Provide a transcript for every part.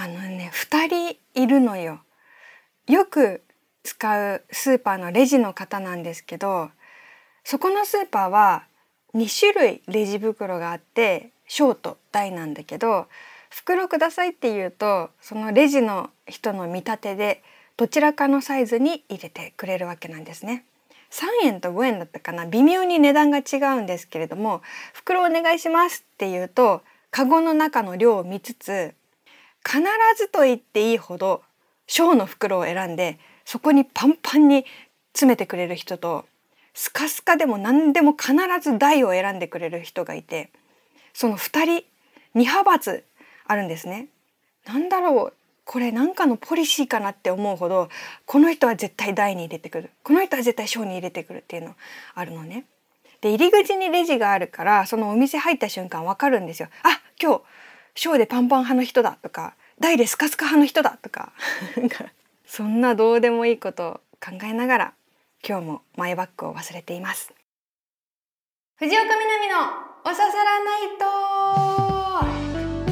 2人いるのよ。よく使うスーパーのレジの方なんですけど、そこのスーパーは2種類レジ袋があって、小と大なんだけど、袋くださいって言うとそのレジの人の見立てでどちらかのサイズに入れてくれるわけなんですね。3円と5円だったかな、微妙に値段が違うんですけれども、袋お願いしますって言うとカゴの中の量を見つつ、必ずと言っていいほど小の袋を選んでそこにパンパンに詰めてくれる人と、スカスカでも何でも必ず大を選んでくれる人がいて、その2人2派閥あるんですね。なんだろう、これなんかのポリシーかなって思うほど、この人は絶対大に入れてくる、この人は絶対小に入れてくるっていうのあるのね。で、入り口にレジがあるから、そのお店入った瞬間わかるんですよ。あ、今日小でパンパン派の人だとか、大でスカスカ派の人だとかそんなどうでもいいことを考えながら今日もマイバッグを忘れています。藤岡みなみのおささらナイト。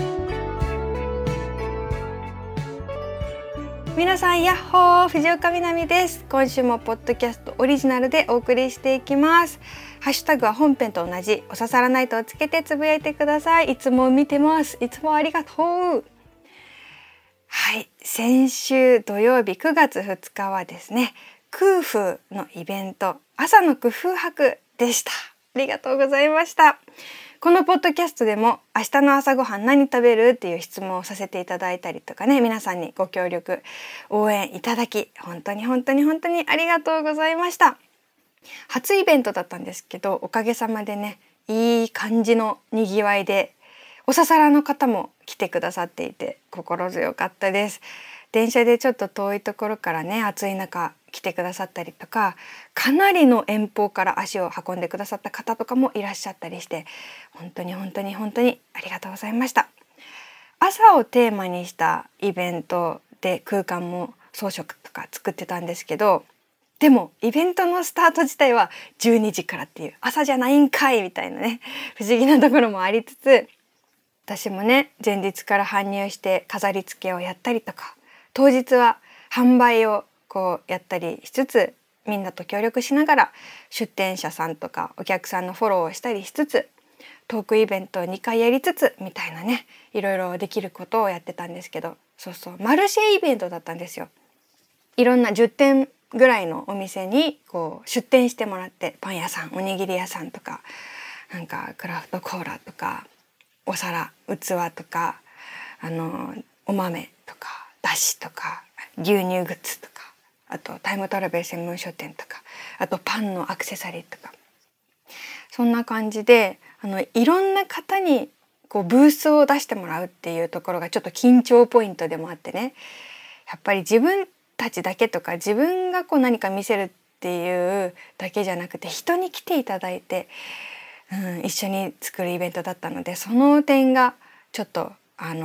皆さんヤッホー、藤岡みなみです。今週もポッドキャストオリジナルでお送りしていきます。ハッシュタグは本編と同じおささらナイトをつけてつぶやいてください。いつも見てます。いつもありがとう。はい、先週土曜日9月2日はですね、空風のイベント、朝の工夫博でした。ありがとうございました。このポッドキャストでも明日の朝ごはん何食べるっていう質問をさせていただいたりとかね、皆さんにご協力応援いただき本当にありがとうございました。初イベントだったんですけど、おかげさまでね、いい感じのにぎわいで、おささらの方も来てくださっていて心強かったです。電車でちょっと遠いところからね、暑い中来てくださったりとか、かなりの遠方から足を運んでくださった方とかもいらっしゃったりして、本当にありがとうございました。朝をテーマにしたイベントで空間も装飾とか作ってたんですけど、でもイベントのスタート自体は12時からっていう、朝じゃないんかいみたいなね、不思議なところもありつつ、私もね、前日から搬入して飾り付けをやったりとか、当日は販売をこうやったりしつつ、みんなと協力しながら出店者さんとかお客さんのフォローをしたりしつつ、トークイベントを2回やりつつみたいなね、いろいろできることをやってたんですけど、マルシェイベントだったんですよ。いろんな10店ぐらいのお店にこう出店してもらって、パン屋さん、おにぎり屋さんとか、なんかクラフトコーラとか、お皿、器とか、お豆とか、だしとか、牛乳グッズとか、あとタイムトラベル専門書店とか、あとパンのアクセサリーとか、そんな感じでいろんな方にこうブースを出してもらうっていうところがちょっと緊張ポイントでもあってね、やっぱり自分たちだけとか自分がこう何か見せるっていうだけじゃなくて、人に来ていただいて、一緒に作るイベントだったので、その点がちょっと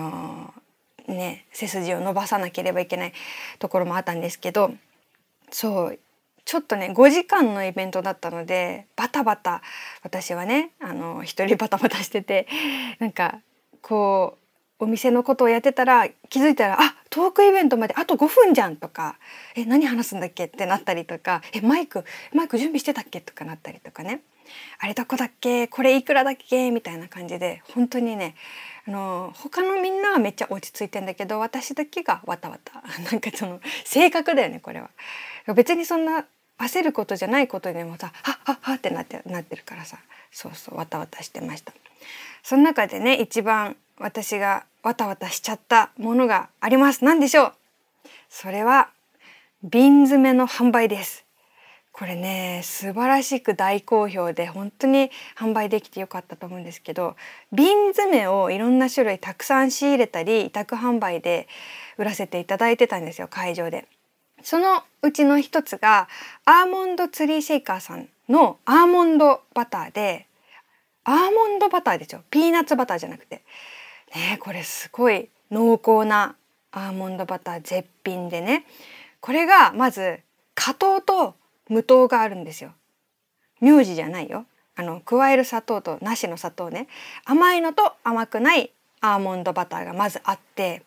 背筋を伸ばさなければいけないところもあったんですけど、ちょっとね5時間のイベントだったので、バタバタ私はね一人バタバタしてて、なんかこうお店のことをやってたら気づいたら、トークイベントまであと5分じゃんとか、何話すんだっけってなったりとか、マイク準備してたっけとかなったりとかね、あれどこだっけ、これいくらだっけみたいな感じで、本当にね他のみんなはめっちゃ落ち着いてんだけど、私だけがわたわたなんかその性格だよね、これは。別にそんな焦ることじゃないことでもさ、はってなってるからさ、わたわたしてました。その中でね、一番私がわたわたしちゃったものがあります。何でしょう。それは瓶詰めの販売です。これね、素晴らしく大好評で本当に販売できてよかったと思うんですけど、瓶詰めをいろんな種類たくさん仕入れたり委託販売で売らせていただいてたんですよ、会場で。そのうちの一つがアーモンドツリーシェイカーさんのアーモンドバターで、アーモンドバターですよ、ピーナッツバターじゃなくてね。これすごい濃厚なアーモンドバター絶品でね、これがまず果糖と無糖があるんですよ。名字じゃないよ、加える砂糖となしの砂糖ね。甘いのと甘くないアーモンドバターがまずあって、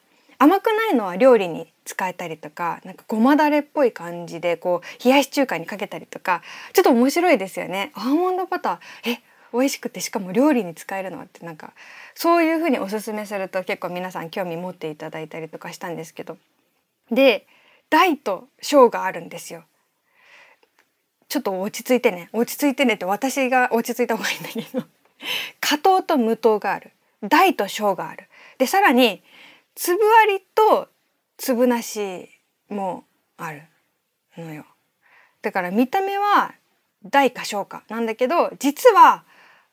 甘くないのは料理に使えたりとか、なんかごまだれっぽい感じでこう冷やし中華にかけたりとか、ちょっと面白いですよね。アーモンドバター美味しくて、しかも料理に使えるのって、なんかそういう風におすすめすると結構皆さん興味持っていただいたりとかしたんですけど、で大と小があるんですよ。ちょっと落ち着いてねって私が落ち着いた方がいいんだけど果糖と無糖がある、大と小がある、でさらに粒ありと粒なしもあるのよ。だから見た目は大か小かなんだけど、実は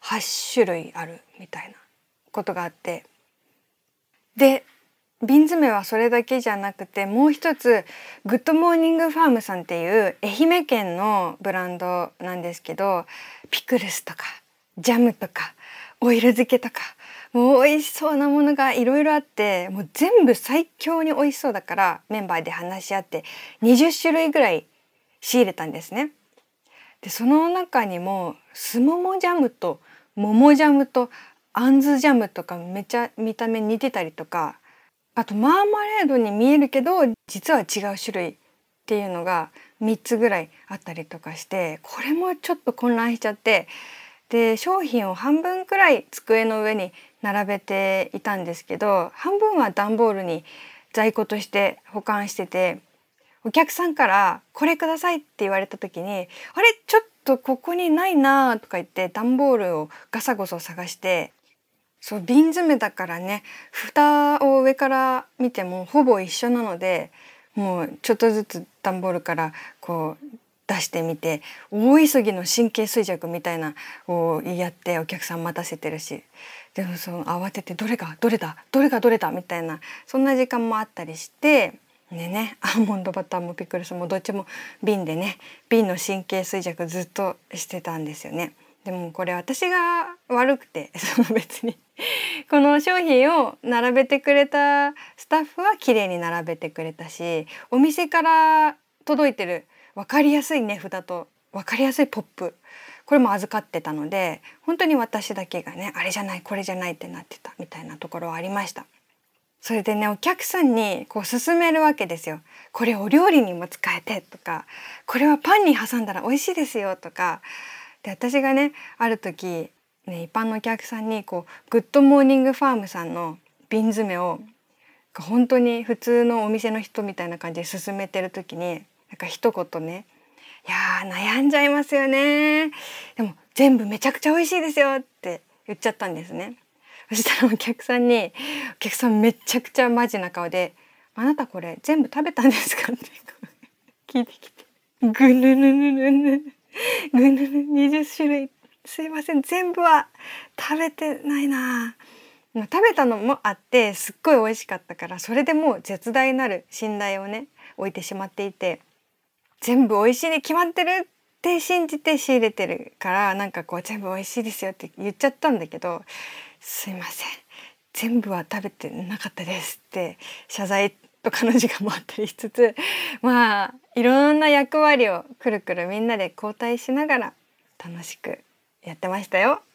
8種類あるみたいなことがあって、で瓶詰はそれだけじゃなくて、もう一つグッドモーニングファームさんっていう愛媛県のブランドなんですけど、ピクルスとかジャムとかオイル漬けとか、もう美味しそうなものがいろいろあって、もう全部最強に美味しそうだから、メンバーで話し合って20種類ぐらい仕入れたんですね。でその中にもすももジャムと桃ジャムとあんずジャムとかめちゃ見た目似てたりとか、あとマーマレードに見えるけど実は違う種類っていうのが3つぐらいあったりとかして、これもちょっと混乱しちゃって、で商品を半分くらい机の上に並べていたんですけど、半分は段ボールに在庫として保管してて、お客さんからこれくださいって言われた時に、あれちょっとここにないなとか言って段ボールをガサゴソ探して、そう瓶詰めだからね、蓋を上から見てもほぼ一緒なので、もうちょっとずつ段ボールからこう出してみて、大急ぎの神経衰弱みたいなをやってお客さん待たせてるし、でもその慌ててどれがどれだみたいな、そんな時間もあったりして、でね、アーモンドバターもピクルスもどっちも瓶でね、瓶の神経衰弱ずっとしてたんですよね。でもこれ私が悪くて、その別にこの商品を並べてくれたスタッフは綺麗に並べてくれたし、お店から届いてる分かりやすい値札と分かりやすいポップ、これも預かってたので、本当に私だけがね、あれじゃないこれじゃないってなってたみたいなところはありました。それでね、お客さんにこう勧めるわけですよ。これお料理にも使えてとか、これはパンに挟んだら美味しいですよとか。で私がね、ある時ね、一般のお客さんにこうグッドモーニングファームさんの瓶詰めを本当に普通のお店の人みたいな感じで勧めてる時に、なんか一言ね、いやー悩んじゃいますよね、でも全部めちゃくちゃ美味しいですよって言っちゃったんですね。そしたらお客さんめちゃくちゃマジな顔で、あなたこれ全部食べたんですかって聞いてきて、ぐぬぬぬぬぬぐぬぬ20種類、すいません全部は食べてないな。食べたのもあってすっごい美味しかったから、それでもう絶大なる信頼をね置いてしまっていて、全部美味しいに決まってるって信じて仕入れてるから、なんかこう全部美味しいですよって言っちゃったんだけど、すいません全部は食べてなかったですって謝罪とかの時間もあったりしつつ、まあいろんな役割をくるくるみんなで交代しながら楽しくやってましたよ。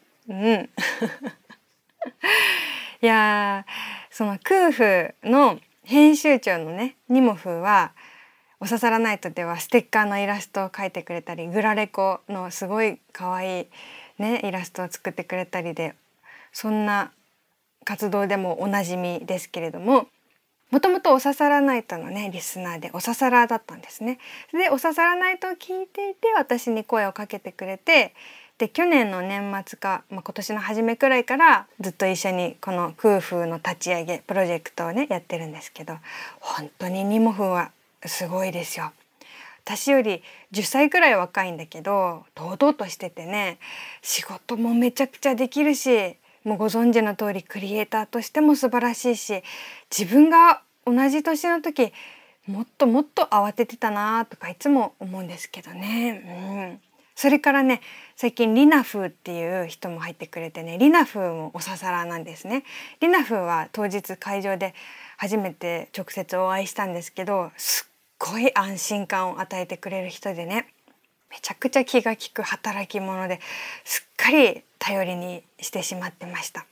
いやその空風の編集長のねニモフは、おささらナイトではステッカーのイラストを描いてくれたり、グラレコのすごい可愛いねイラストを作ってくれたりで、そんな活動でもおなじみですけれども、もともとおささらナイトのねリスナーでおささらだったんですね。でおささらナイトを聞いていて私に声をかけてくれて、で去年の年末か、今年の初めくらいからずっと一緒にこの空風の立ち上げプロジェクトをねやってるんですけど、本当にニモフはすごいですよ。私より10歳くらい若いんだけど、堂々としててね、仕事もめちゃくちゃできるし、もうご存知の通りクリエイターとしても素晴らしいし、自分が同じ年の時もっともっと慌ててたなとかいつも思うんですけどね。それからね、最近リナフーっていう人も入ってくれてね、リナフーもおささらなんですね。リナフーは当日会場で初めて直接お会いしたんですけど、すっごい安心感を与えてくれる人でね、めちゃくちゃ気が利く働き者で、すっかり頼りにしてしまってました。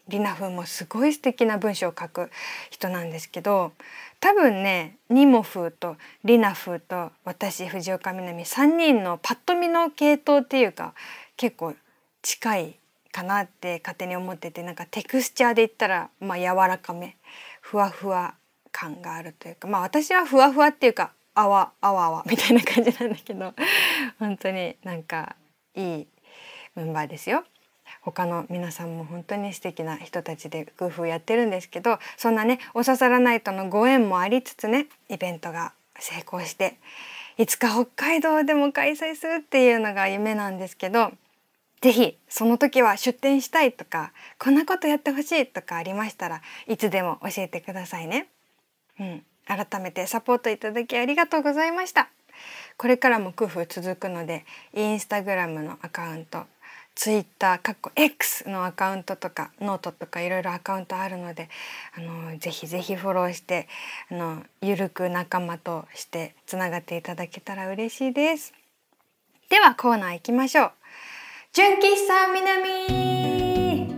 リナ風もすごい素敵な文章を書く人なんですけど、多分ねニモ風とリナ風と私藤岡みなみ3人のパッと見の系統っていうか結構近いかなって勝手に思ってて、なんかテクスチャーで言ったら柔らかめふわふわ感があるというか、私はふわふわっていうかあわあわあわみたいな感じなんだけど本当になんかいいメンバーですよ。他の皆さんも本当に素敵な人たちで工夫やってるんですけど、そんなねおささらナイトのご縁もありつつね、イベントが成功していつか北海道でも開催するっていうのが夢なんですけど、ぜひその時は出店したいとかこんなことやってほしいとかありましたらいつでも教えてくださいね。改めてサポートいただきありがとうございました。これからも工夫続くので、インスタグラムのアカウント、ツイッターX のアカウントとかノートとかいろいろアカウントあるので、ぜひぜひフォローしてゆるく仲間としてつながっていただけたら嬉しいです。ではコーナー行きましょう。純喫茶みなみ。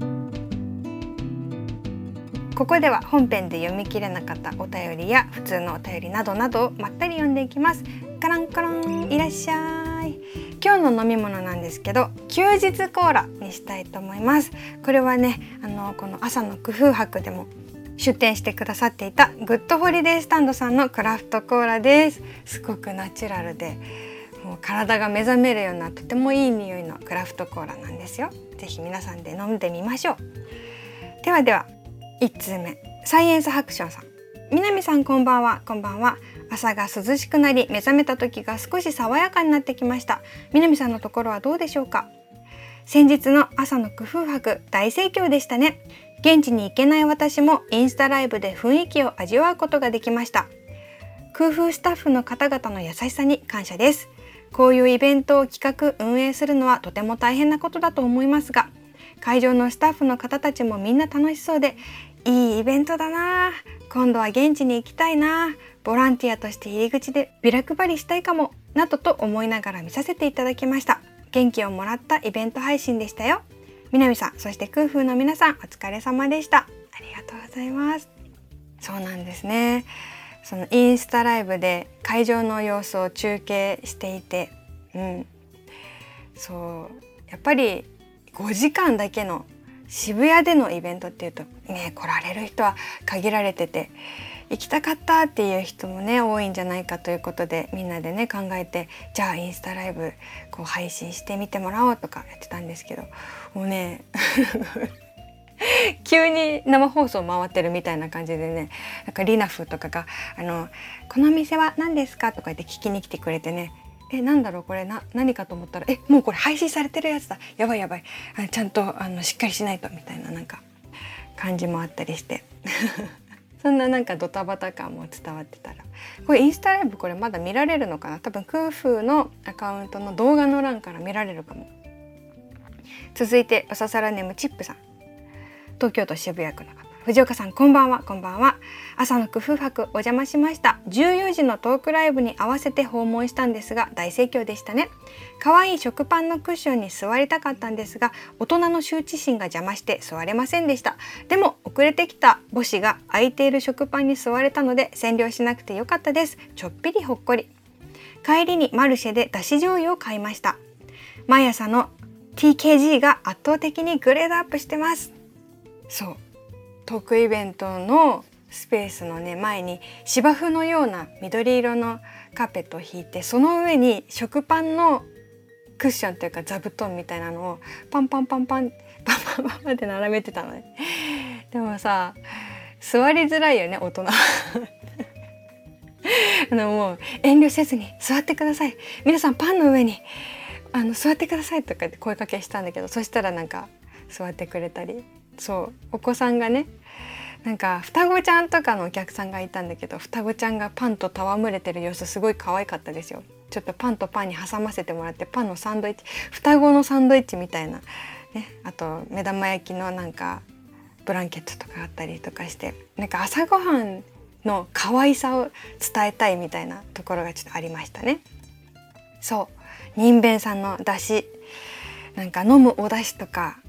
ここでは本編で読み切れなかったお便りや普通のお便りなどなどをまったり読んでいきます。カランカラン、いらっしゃい。今日の飲み物なんですけど、休日コーラにしたいと思います。これはねこの朝の工夫博でも出店してくださっていたグッドホリデースタンドさんのクラフトコーラです。すごくナチュラルでもう体が目覚めるようなとてもいい匂いのクラフトコーラなんですよ。ぜひ皆さんで飲んでみましょう。では1通目、サイエンスハクションさん。南さんこんばんは。こんばんは。朝が涼しくなり目覚めた時が少し爽やかになってきました。南さんのところはどうでしょうか。先日の朝の工夫博大盛況でしたね。現地に行けない私もインスタライブで雰囲気を味わうことができました。工夫スタッフの方々の優しさに感謝です。こういうイベントを企画運営するのはとても大変なことだと思いますが、会場のスタッフの方たちもみんな楽しそうでいいイベントだな。今度は現地に行きたいな。ボランティアとして入り口でビラ配りしたいかもなどと思いながら見させていただきました。元気をもらったイベント配信でしたよ。南さん、そして空風の皆さん、お疲れ様でした。ありがとうございます。そうなんですね。そのインスタライブで会場の様子を中継していて、そうやっぱり5時間だけの渋谷でのイベントっていうとね、来られる人は限られてて、行きたかったっていう人もね多いんじゃないかということで、みんなでね考えて、じゃあインスタライブこう配信してみてもらおうとかやってたんですけど、もうね急に生放送回ってるみたいな感じでね、なんかリナフとかがこの店は何ですかとか言って聞きに来てくれてね、なんだろうこれ何かと思ったらもうこれ配信されてるやつだ、やばいやばい、ちゃんとしっかりしないとみたいななんか感じもあったりしてそんななんかドタバタ感も伝わってたら、これインスタライブこれまだ見られるのかな。多分空風のアカウントの動画の欄から見られるかも。続いておささらネームチップさん、東京都渋谷区の方。藤岡さんこんばんは。こんばんは。朝の工夫博お邪魔しました。14時のトークライブに合わせて訪問したんですが大盛況でしたね。可愛い食パンのクッションに座りたかったんですが、大人の羞恥心が邪魔して座れませんでした。でも遅れてきた母子が空いている食パンに座れたので占領しなくてよかったです。ちょっぴりほっこり。帰りにマルシェでだし醤油を買いました。毎朝の TKG が圧倒的にグレードアップしてます。そう、トークイベントのスペースのね前に芝生のような緑色のカーペットを引いて、その上に食パンのクッションというか座布団みたいなのをパンパンパンパンパンパンパンパンって並べてたのね。でもさ、座りづらいよね大人もう遠慮せずに座ってください、皆さんパンの上に座ってくださいとかって声かけしたんだけど、そしたらなんか座ってくれたり、そうお子さんがね、なんか双子ちゃんとかのお客さんがいたんだけど、双子ちゃんがパンと戯れてる様子すごい可愛かったですよ。ちょっとパンとパンに挟ませてもらって、パンのサンドイッチ、双子のサンドイッチみたいなね、あと目玉焼きのなんかブランケットとかあったりとかして、なんか朝ごはんの可愛さを伝えたいみたいなところがちょっとありましたね。そう、にんべんさんのだし、なんか飲むお出汁とか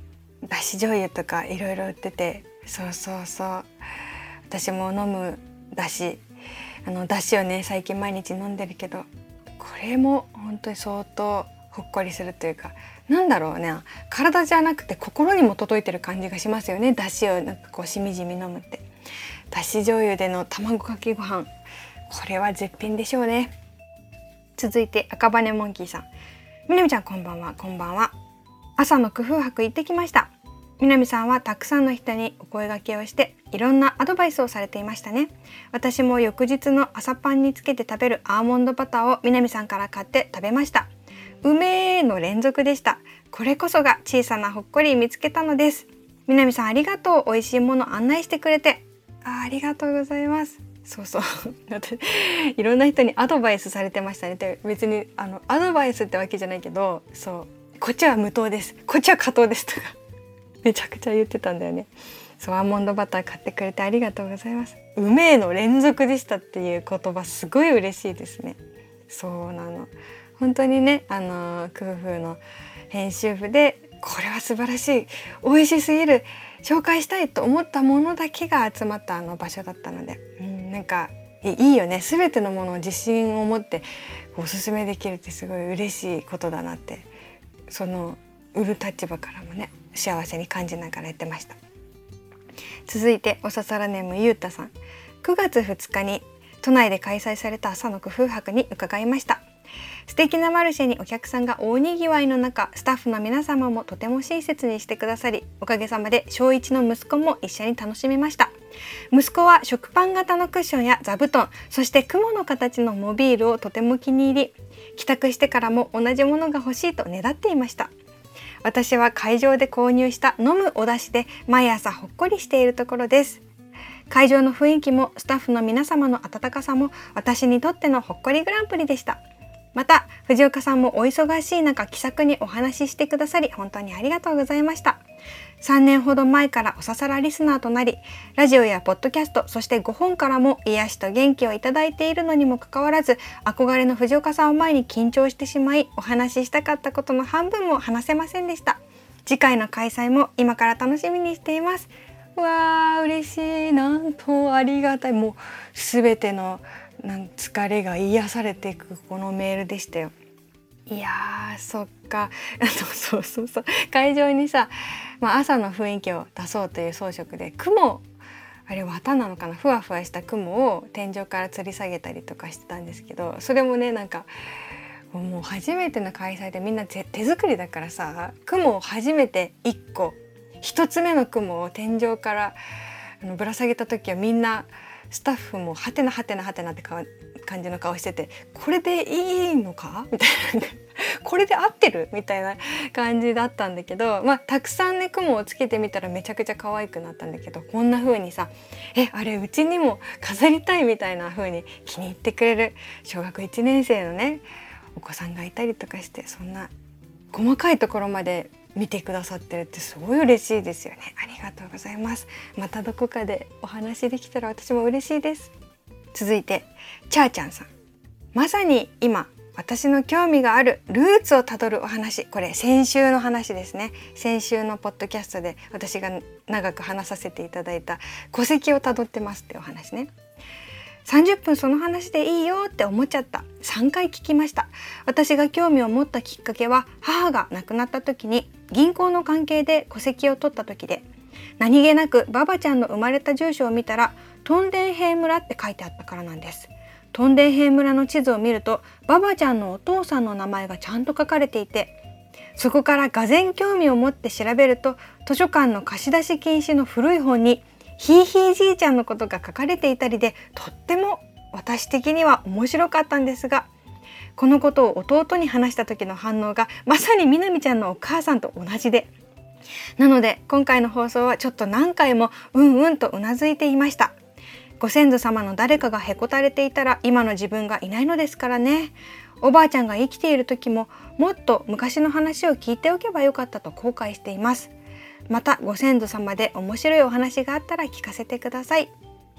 だし醤油とかいろいろ売ってて、そう私も飲むだしをね最近毎日飲んでるけど、これも本当に相当ほっこりするというか、なんだろうね、体じゃなくて心にも届いてる感じがしますよね。だしをなんかこうしみじみ飲むって、だし醤油での卵かけご飯、これは絶品でしょうね。続いて赤羽モンキーさん、みなみちゃんこんばんは。こんばんは。朝の工夫博行ってきました。みなみさんはたくさんの人にお声掛けをしていろんなアドバイスをされていましたね。私も翌日の朝パンにつけて食べるアーモンドバターをみなみさんから買って食べました。うめーの連続でした。これこそが小さなほっこり見つけたのです。みなみさんありがとう。美味しいもの案内してくれて。ありがとうございます。いろんな人にアドバイスされてましたね。で別にアドバイスってわけじゃないけど、こっちは無糖です、こっちは加糖ですとかめちゃくちゃ言ってたんだよね。アーモンドバター買ってくれてありがとうございます。うめえの連続でしたっていう言葉すごい嬉しいですね。そうなの、本当にね、空風の編集部でこれは素晴らしい、美味しすぎる、紹介したいと思ったものだけが集まった場所だったので、なんかいいよね。全てのものを自信を持っておすすめできるってすごい嬉しいことだなって、売る立場からもね幸せに感じながらやってました。続いておささらネームゆうたさん、9月2日に都内で開催された朝の工夫博に伺いました。素敵なマルシェにお客さんが大にぎわいの中、スタッフの皆様もとても親切にしてくださり、おかげさまで小1の息子も一緒に楽しみました。息子は食パン型のクッションや座布団、そして雲の形のモビールをとても気に入り、帰宅してからも同じものが欲しいとねだっていました。私は会場で購入した飲むお出汁で毎朝ほっこりしているところです。会場の雰囲気もスタッフの皆様の温かさも私にとってのほっこりグランプリでした。また藤岡さんもお忙しい中気さくにお話ししてくださり本当にありがとうございました。3年ほど前からおささらリスナーとなり、ラジオやポッドキャスト、そしてご本からも癒しと元気をいただいているのにもかかわらず、憧れの藤岡さんを前に緊張してしまい、お話ししたかったことの半分も話せませんでした。次回の開催も今から楽しみにしています。わー嬉しい、なんとありがたい、もうすべての疲れが癒されていくこのメールでしたよ。いやーそっかそう会場にさ、朝の雰囲気を出そうという装飾で雲、あれ綿なのかな、ふわふわした雲を天井から吊り下げたりとかしてたんですけど、それもねなんかもう初めての開催でみんな手作りだからさ、雲を初めて一つ目の雲を天井からぶら下げた時はみんなスタッフもハテナって感じの顔してて、これでいいのかみたいなこれで合ってるみたいな感じだったんだけど、たくさんね雲をつけてみたらめちゃくちゃ可愛くなったんだけど、こんな風にさあれうちにも飾りたいみたいな風に気に入ってくれる小学1年生のねお子さんがいたりとかして、そんな細かいところまで見てくださってるってすごい嬉しいですよね。ありがとうございます。またどこかでお話できたら私も嬉しいです。続いてチャーちゃんさん、まさに今私の興味があるルーツをたどるお話、これ先週の話ですね。先週のポッドキャストで私が長く話させていただいた戸籍をたどってますってお話ね。30分その話でいいよって思っちゃった。3回聞きました。私が興味を持ったきっかけは母が亡くなった時に銀行の関係で戸籍を取った時で、何気なくババちゃんの生まれた住所を見たらトンデンヘイ村って書いてあったからなんです。トンデンヘイ村の地図を見るとババちゃんのお父さんの名前がちゃんと書かれていて、そこからがぜん興味を持って調べると図書館の貸し出し禁止の古い本にひいひいじいちゃんのことが書かれていたりで、とっても私的には面白かったんですが、このことを弟に話した時の反応がまさにみなみちゃんのお母さんと同じで、なので今回の放送はちょっと何回もうんうんとうなずいていました。ご先祖様の誰かがへこたれていたら今の自分がいないのですからね。おばあちゃんが生きている時ももっと昔の話を聞いておけばよかったと後悔しています。またご先祖様で面白いお話があったら聞かせてください。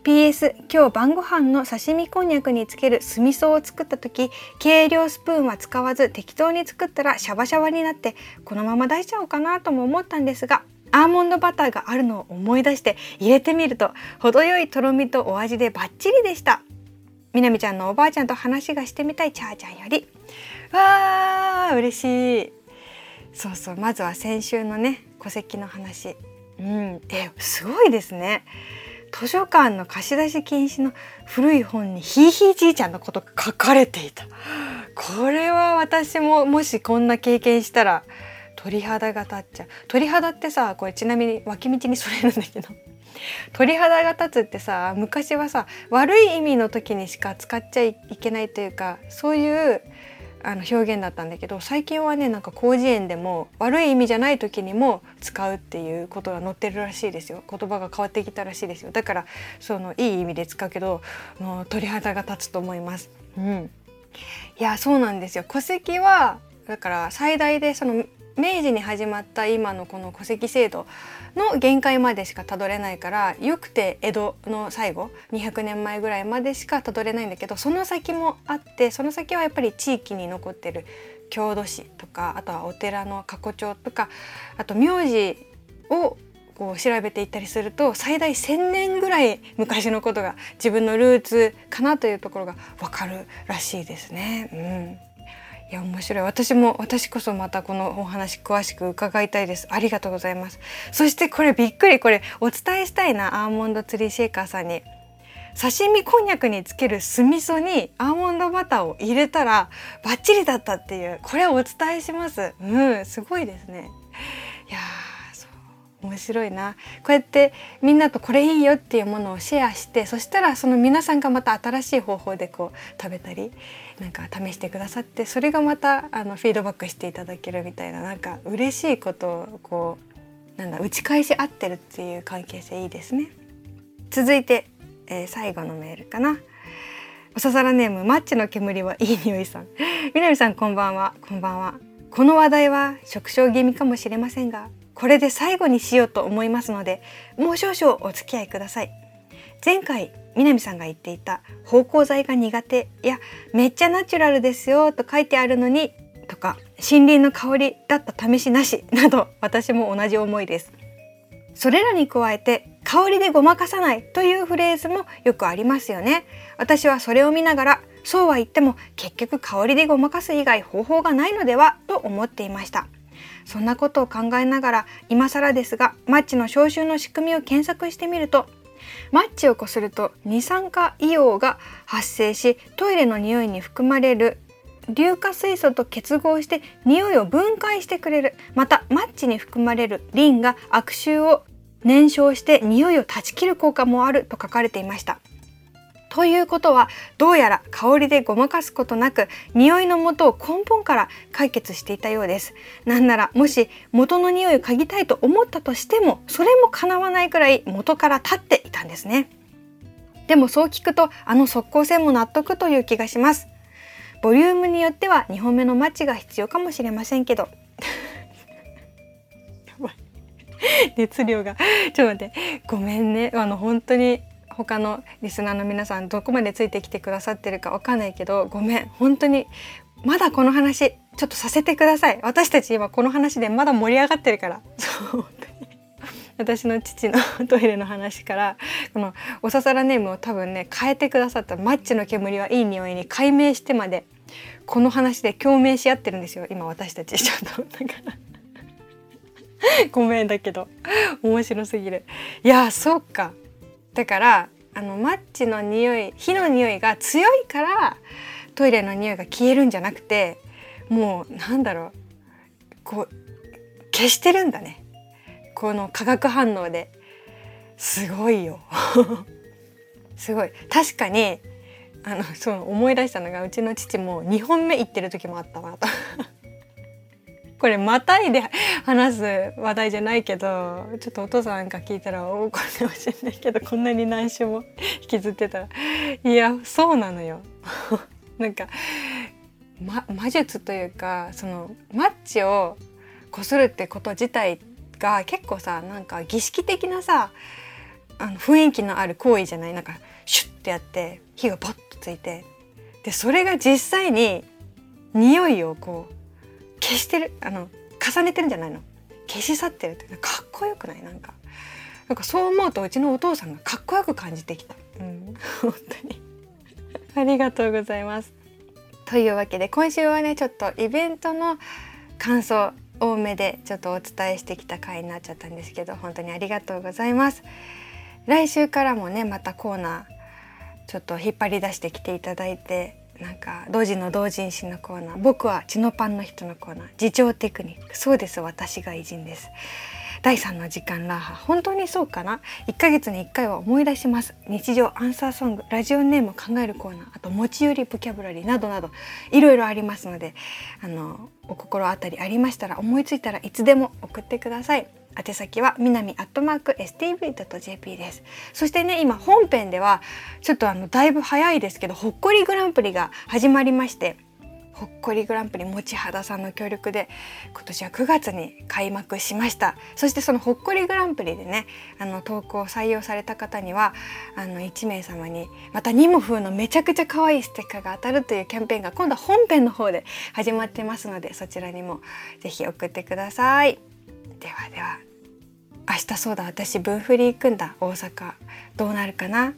PS 今日晩ご飯の刺身こんにゃくにつける酢味噌を作った時、計量スプーンは使わず適当に作ったらシャバシャバになって、このまま出しちゃおうかなとも思ったんですが、アーモンドバターがあるのを思い出して入れてみると、程よいとろみとお味でバッチリでした。みなみちゃんのおばあちゃんと話がしてみたいちゃーちゃんより。わー嬉しい。そうそう、まずは先週のね戸籍の話。すごいですね。図書館の貸し出し禁止の古い本にひいひいじいちゃんのことが書かれていた。これは私ももしこんな経験したら鳥肌が立っちゃう。鳥肌ってさ、これちなみに脇道にそれるんだけど、鳥肌が立つってさ、昔はさ悪い意味の時にしか使っちゃいけないというか、そういう表現だったんだけど、最近はねなんか広辞苑でも悪い意味じゃない時にも使うっていうことが載ってるらしいですよ。言葉が変わってきたらしいですよ。だからそのいい意味で使うけど、もう鳥肌が立つと思います。いやそうなんですよ。戸籍はだから最大でその明治に始まった今のこの戸籍制度の限界までしかたどれないから、よくて江戸の最後200年前ぐらいまでしかたどれないんだけど、その先もあって、その先はやっぱり地域に残ってる郷土史とか、あとはお寺の過去帳とか、あと名字をこう調べていったりすると、最大1000年ぐらい昔のことが自分のルーツかなというところがわかるらしいですね。いや面白い。私こそまたこのお話詳しく伺いたいです。ありがとうございます。そしてこれびっくり、これお伝えしたいな、アーモンドツリーシェーカーさんに。刺身こんにゃくにつける酢味噌にアーモンドバターを入れたらバッチリだったっていう、これをお伝えします。すごいですね。いや面白いな。こうやってみんなとこれいいよっていうものをシェアして、そしたらその皆さんがまた新しい方法でこう食べたりなんか試してくださって、それがまたフィードバックしていただけるみたいな、なんか嬉しいことをこう打ち返し合ってるっていう関係性いいですね。続いて、最後のメールかな。おささらネームマッチの煙はいい匂いさん。みなみさんこんばんは。こんばんは。この話題は縮小気味かもしれませんが、これで最後にしようと思いますので、もう少々お付き合いください。前回南さんが言っていた芳香剤が苦手やめっちゃナチュラルですよと書いてあるのにとか、森林の香りだった試しなしなど、私も同じ思いです。それらに加えて香りでごまかさないというフレーズもよくありますよね。私はそれを見ながら、そうは言っても結局香りでごまかす以外方法がないのではと思っていました。そんなことを考えながら、今更ですがマッチの消臭の仕組みを検索してみると、マッチをこすると二酸化硫黄が発生し、トイレの匂いに含まれる硫化水素と結合して匂いを分解してくれる。またマッチに含まれるリンが悪臭を燃焼して匂いを断ち切る効果もあると書かれていました。ということは、どうやら香りでごまかすことなく匂いの元を根本から解決していたようです。なんならもし元の匂いを嗅ぎたいと思ったとしても、それも叶わないくらい元から立っていたんですね。でもそう聞くと、即効性も納得という気がします。ボリュームによっては2本目のマッチが必要かもしれませんけど熱量がちょっと待って、ごめんね。本当に他のリスナーの皆さんどこまでついてきてくださってるかわかんないけど、ごめん。本当にまだこの話ちょっとさせてください。私たち今この話でまだ盛り上がってるから。そう私の父のトイレの話からこのおささらネームを多分ね変えてくださったマッチの煙はいい匂いに改名してまでこの話で共鳴し合ってるんですよ今私たち。ちょっとだからごめんだけど面白すぎる。いやそうか。だからマッチの匂い、火の匂いが強いからトイレの匂いが消えるんじゃなくて、もうなんだろう、こう消してるんだね、この化学反応で。すごいよすごい。確かにそう思い出したのが、うちの父も2本目行ってる時もあったわとこれまたいで話す話題じゃないけど、ちょっとお父さんが聞いたら怒るかもしれないけど、こんなに何週も引きずってたら、いやそうなのよなんか、魔術というか、そのマッチをこするってこと自体が結構さ、なんか儀式的なさ雰囲気のある行為じゃない。なんかシュッてやって火がポッとついて、でそれが実際に匂いをこう消してる、重ねてるんじゃないの、消し去ってるってかっこよくない？なんかそう思うとうちのお父さんがかっこよく感じてきた。本当にありがとうございます。というわけで今週はねちょっとイベントの感想多めでちょっとお伝えしてきた回になっちゃったんですけど、本当にありがとうございます。来週からもねまたコーナーちょっと引っ張り出してきていただいて、なんか同時の同人誌のコーナー、僕はチノパンの人のコーナー、自重テクニック、そうです私が偉人です、第3の時間ラーハ、本当にそうかな、1ヶ月に1回は思い出します、日常アンサーソング、ラジオネームを考えるコーナー、あと持ち寄りボキャブラリーなどなどいろいろありますので、お心当たりありましたら、思いついたらいつでも送ってください。宛先はminami@stv.jp です。そしてね今本編ではちょっとだいぶ早いですけど、ほっこりグランプリが始まりまして、ほっこりグランプリ持原さんの協力で今年は9月に開幕しました。そしてそのほっこりグランプリでね投稿を採用された方には1名様にまたニモフーのめちゃくちゃ可愛いステッカーが当たるというキャンペーンが今度は本編の方で始まってますので、そちらにもぜひ送ってください。ではでは、明日そうだ私分振り行くんだ、大阪どうなるかな。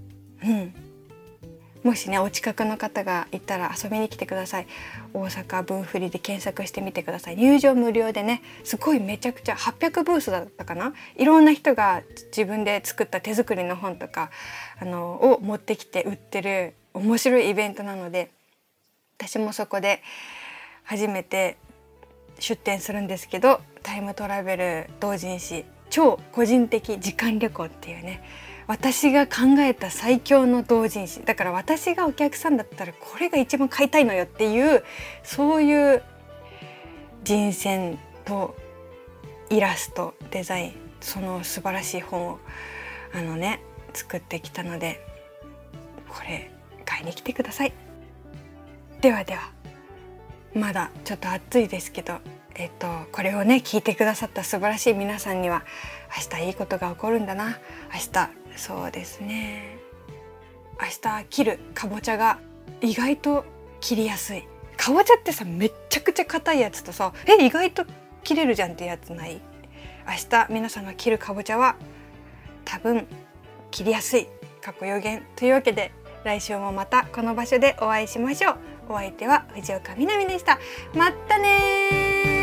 もしねお近くの方がいたら遊びに来てください。大阪分振りで検索してみてください。入場無料でね、すごいめちゃくちゃ800ブースだったかな、いろんな人が自分で作った手作りの本とかを持ってきて売ってる面白いイベントなので、私もそこで初めて出展するんですけど、タイムトラベル同人誌超個人的時間旅行っていうね、私が考えた最強の同人誌だから、私がお客さんだったらこれが一番買いたいのよっていう、そういう人選とイラストデザイン、その素晴らしい本を作ってきたので、これ買いに来てください。ではでは、まだちょっと暑いですけど、これをね聞いてくださった素晴らしい皆さんには明日いいことが起こるんだな。明日そうですね、明日切るかぼちゃが意外と切りやすい。かぼちゃってさめっちゃくちゃ硬いやつとさ意外と切れるじゃんってやつない？明日皆さんが切るかぼちゃは多分切りやすい予言というわけで、来週もまたこの場所でお会いしましょう。お相手は藤岡みなみでした。またね。